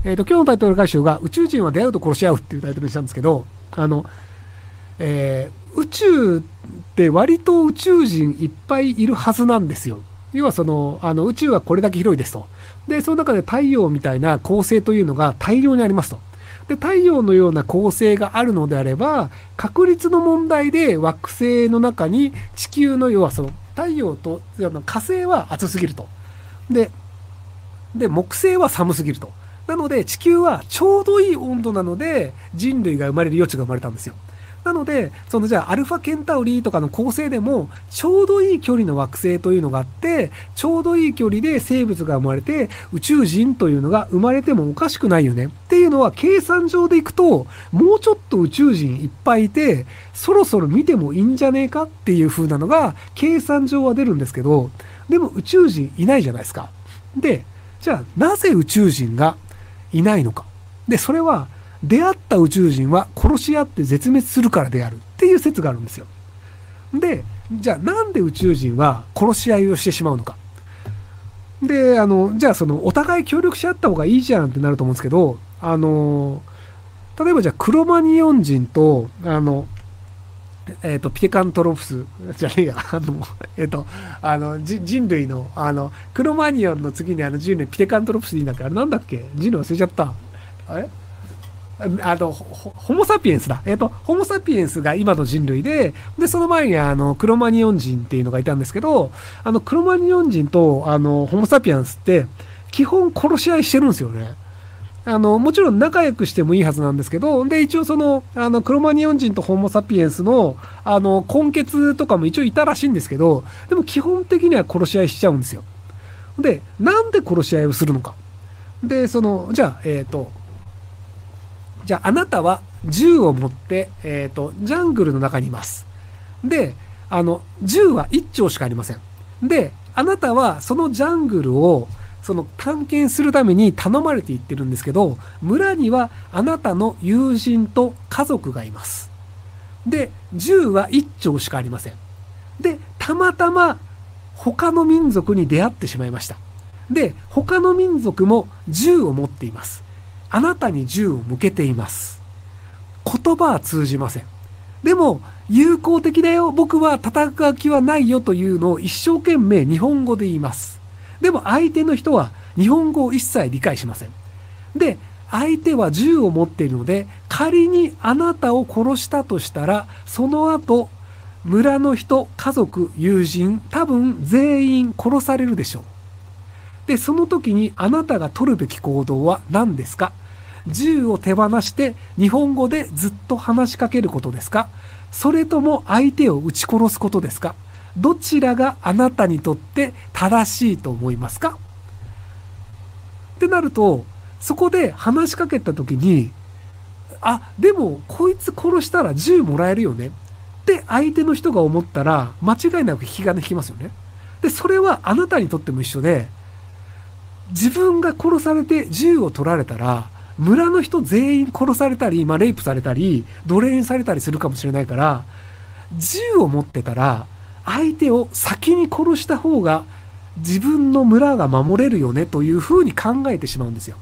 今日のタイトル回収が宇宙人は出会うと殺し合うっていうタイトルにしたんですけど、宇宙って割と宇宙人いっぱいいるはずなんですよ。要は宇宙はこれだけ広いですと。で、その中で太陽みたいな恒星というのが大量にありますと。で、太陽のような恒星があるのであれば、確率の問題で惑星の中に地球の要は太陽と火星は暑すぎると。で、木星は寒すぎると。なので、地球はちょうどいい温度なので、人類が生まれる余地が生まれたんですよ。なので、じゃあ、アルファケンタウリとかの恒星でも、ちょうどいい距離の惑星というのがあって、ちょうどいい距離で生物が生まれて、宇宙人というのが生まれてもおかしくないよね。っていうのは、計算上でいくと、もうちょっと宇宙人いっぱいいて、そろそろ見てもいいんじゃねえかっていう風なのが、計算上は出るんですけど、でも宇宙人いないじゃないですか。で、じゃあ、なぜ宇宙人がいないのか。で、それは、出会った宇宙人は殺し合って絶滅するからであるっていう説があるんですよ。で、じゃあなんで宇宙人は殺し合いをしてしまうのか。で、じゃあお互い協力し合った方がいいじゃんってなると思うんですけど、例えばじゃあクロマニヨン人と、ピテカントロプス、じゃねえや、人類の、クロマニヨンの次に人類ピテカントロプスでいいんだっけ、あれなんだっけ、人類忘れちゃった。あれホモサピエンスだ。ホモサピエンスが今の人類で、その前にクロマニヨン人っていうのがいたんですけど、クロマニヨン人と、ホモサピエンスって、基本殺し合いしてるんですよね。もちろん仲良くしてもいいはずなんですけど、で、一応クロマニヨン人とホモサピエンスの、根血とかも一応いたらしいんですけど、でも基本的には殺し合いしちゃうんですよ。で、なんで殺し合いをするのか。で、じゃあ、あなたは銃を持って、ジャングルの中にいます。で、銃は1丁しかありません。で、あなたはそのジャングルを、探検するために頼まれていってるんですけど、村にはあなたの友人と家族がいます。で、銃は1丁しかありません。で、たまたま他の民族に出会ってしまいました。で、他の民族も銃を持っています。あなたに銃を向けています。言葉は通じません。でも、友好的だよ。僕は戦う気はないよというのを一生懸命日本語で言います。でも相手の人は日本語を一切理解しません。で、相手は銃を持っているので、仮にあなたを殺したとしたら、その後、村の人、家族、友人、多分全員殺されるでしょう。で、その時にあなたが取るべき行動は何ですか？銃を手放して日本語でずっと話しかけることですか？それとも相手を撃ち殺すことですか？どちらがあなたにとって正しいと思いますか？ってなると、そこで話しかけた時に、あ、でもこいつ殺したら銃もらえるよねって相手の人が思ったら間違いなく引き金引きますよね。で、それはあなたにとっても一緒で、自分が殺されて銃を取られたら、村の人全員殺されたり、レイプされたり、奴隷にされたりするかもしれないから、銃を持ってたら、相手を先に殺した方が自分の村が守れるよねというふうに考えてしまうんですよ。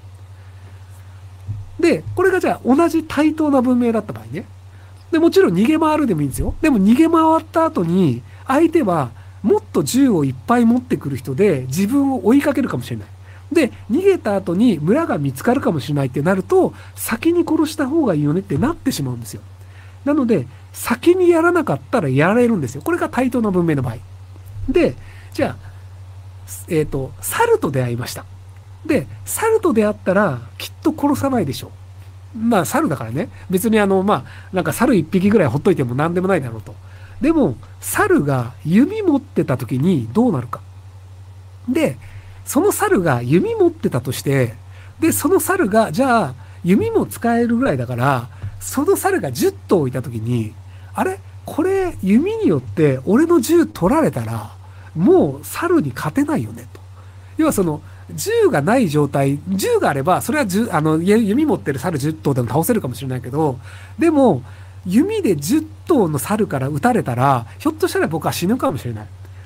で、これがじゃあ同じ対等な文明だった場合ね。で、もちろん逃げ回るでもいいんですよ。でも逃げ回った後に、相手はもっと銃をいっぱい持ってくる人で自分を追いかけるかもしれない。で、逃げた後に村が見つかるかもしれないってなると、先に殺した方がいいよねってなってしまうんですよ。なので、先にやらなかったらやられるんですよ。これが対等な文明の場合。で、じゃあ、猿と出会いました。で、猿と出会ったら、きっと殺さないでしょう。まあ、猿だからね。別になんか猿一匹ぐらいほっといても何でもないだろうと。でも、猿が弓持ってた時にどうなるか。で、その猿が弓持ってたとして、で、その猿が、じゃあ、弓も使えるぐらいだから、その猿が10頭いたときに、あれこれ、弓によって俺の銃取られたら、もう猿に勝てないよね、と。要は銃がない状態、銃があれば、それは弓持ってる猿10頭でも倒せるかもしれないけど、でも、弓で10頭の猿から撃たれたら、ひょっとしたら僕は死ぬかもしれない。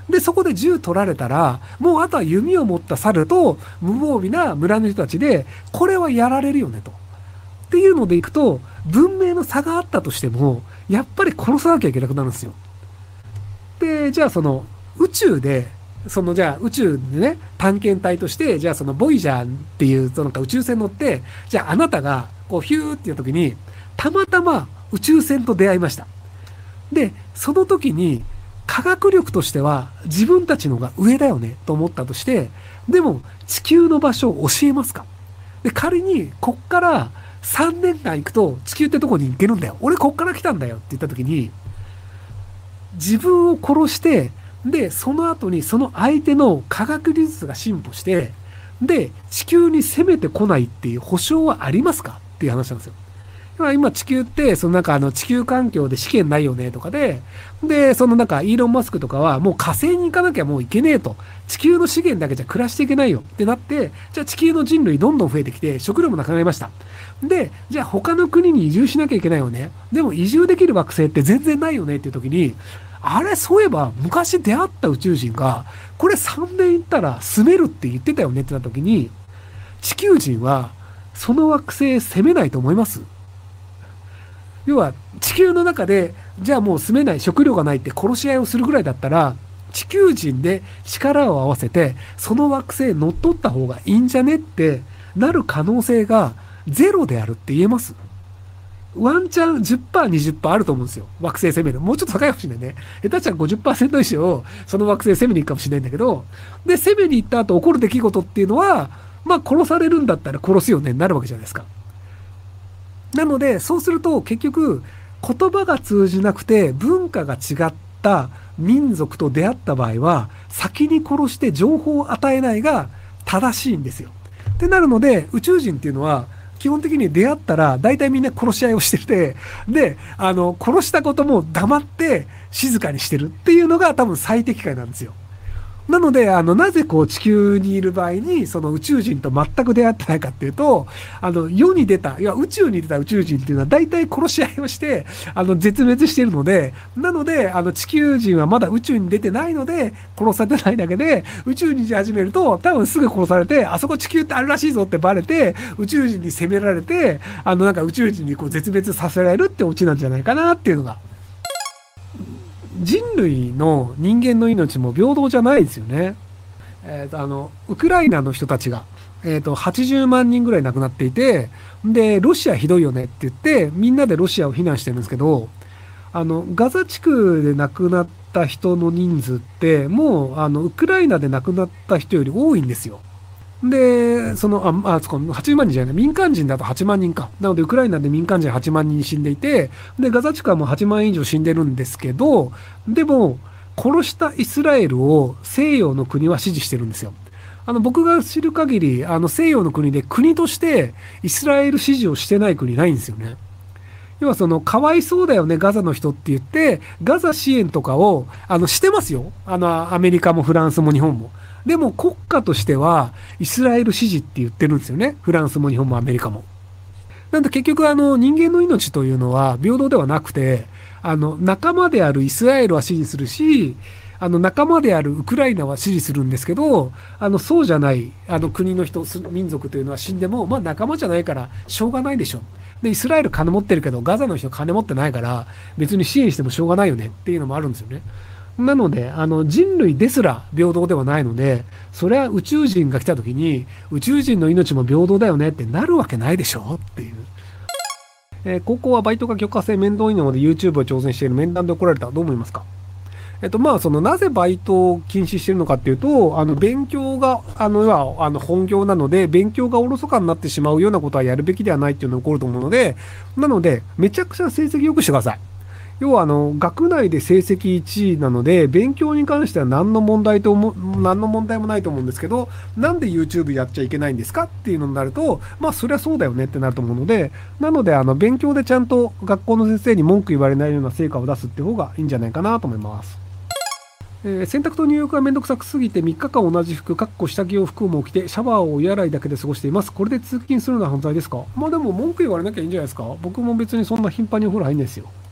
で、そこで銃取られたら、もうあとは弓を持った猿と無防備な村の人たちで、これはやられるよねと。っていうのでいくと、文明の差があったとしても、やっぱり殺さなきゃいけなくなるんですよ。で、じゃあその宇宙で、じゃあ宇宙でね、探検隊として、じゃあそのボイジャーっていう、なんか宇宙船乗って、じゃああなたが、こうヒューっていう時に、たまたま宇宙船と出会いました。で、その時に、科学力としては自分たちのが上だよねと思ったとして、でも地球の場所を教えますか？で、仮にこっから3年間行くと地球ってとこに行けるんだよ。俺こっから来たんだよって言った時に、自分を殺して、で、その後にその相手の科学技術が進歩して、で、地球に攻めてこないっていう保証はありますかっていう話なんですよ。今地球って、地球環境で試験ないよねとかで、で、イーロン・マスクとかはもう火星に行かなきゃもう行けねえと。地球の資源だけじゃ暮らしていけないよってなって、じゃあ地球の人類どんどん増えてきて、食料もなくなりました。で、じゃあ他の国に移住しなきゃいけないよね。でも移住できる惑星って全然ないよねっていう時に、あれ、そういえば昔出会った宇宙人が、これ3年行ったら住めるって言ってたよねってなった時に、地球人はその惑星攻めないと思います？要は地球の中で、じゃあもう住めない、食料がないって殺し合いをするぐらいだったら、地球人で力を合わせて、その惑星乗っ取った方がいいんじゃねってなる可能性がゼロであるって言えます？ワンチャン10%、20%あると思うんですよ。惑星攻める。もうちょっと高いかもしれないね。下手したら50%以上、その惑星攻めに行くかもしれないんだけど、で、攻めに行った後起こる出来事っていうのは、まあ殺されるんだったら殺すよねになるわけじゃないですか。なので、そうすると結局、言葉が通じなくて文化が違った民族と出会った場合は、先に殺して情報を与えないが正しいんですよ。ってなるので、宇宙人っていうのは、基本的に出会ったら大体みんな殺し合いをしてて、で、殺したことも黙って静かにしてるっていうのが多分最適解なんですよ。なので、なぜこう地球にいる場合に、その宇宙人と全く出会ってないかっていうと、世に出た、いや宇宙に出た宇宙人っていうのは大体殺し合いをして、絶滅しているので、なので、地球人はまだ宇宙に出てないので、殺されてないだけで、宇宙に始めると、多分すぐ殺されて、あそこ地球ってあるらしいぞってバレて、宇宙人に攻められて、宇宙人にこう絶滅させられるってオチなんじゃないかなっていうのが。人類の人間の命も平等じゃないですよね。ウクライナの人たちが、80万人ぐらい亡くなっていて、で、ロシアひどいよねって言って、みんなでロシアを非難してるんですけど、ガザ地区で亡くなった人の人数って、もう、ウクライナで亡くなった人より多いんですよ。で、そこ80万人じゃない、民間人だと8万人か。なので、ウクライナで民間人8万人死んでいて、で、ガザ地区はもう8万以上死んでるんですけど、でも、殺したイスラエルを西洋の国は支持してるんですよ。僕が知る限り、西洋の国で国としてイスラエル支持をしてない国ないんですよね。要はかわいそうだよね、ガザの人って言って、ガザ支援とかを、してますよ。アメリカもフランスも日本も。でも国家としては、イスラエル支持って言ってるんですよね。フランスも日本もアメリカも。なんで結局人間の命というのは平等ではなくて、仲間であるイスラエルは支持するし、仲間であるウクライナは支持するんですけど、そうじゃない、国の人、民族というのは死んでも、まあ仲間じゃないからしょうがないでしょ。で、イスラエル金持ってるけど、ガザの人金持ってないから、別に支援してもしょうがないよねっていうのもあるんですよね。なので、人類ですら平等ではないので、それは宇宙人が来た時に、宇宙人の命も平等だよねってなるわけないでしょっていう。高校はバイトが許可制面倒いので YouTube を挑戦している面談で怒られた。どう思いますか？なぜバイトを禁止しているのかっていうと、勉強が、本業なので、勉強がおろそかになってしまうようなことはやるべきではないっていうのが起こると思うので、なので、めちゃくちゃ成績良くしてください。要は、学内で成績1位なので、勉強に関しては何の問題もないと思うんですけど、なんで YouTube やっちゃいけないんですかっていうのになると、まあ、そりゃそうだよねってなると思うので、なので、勉強でちゃんと学校の先生に文句言われないような成果を出すって方がいいんじゃないかなと思います。洗濯と入浴がめんどくさくすぎて3日間同じ服、下着を服も着て、シャワーをお洗いだけで過ごしています。これで通勤するのは犯罪ですか？まあでも文句言われなきゃいいんじゃないですか？僕も別にそんな頻繁にお風呂入んないですよ。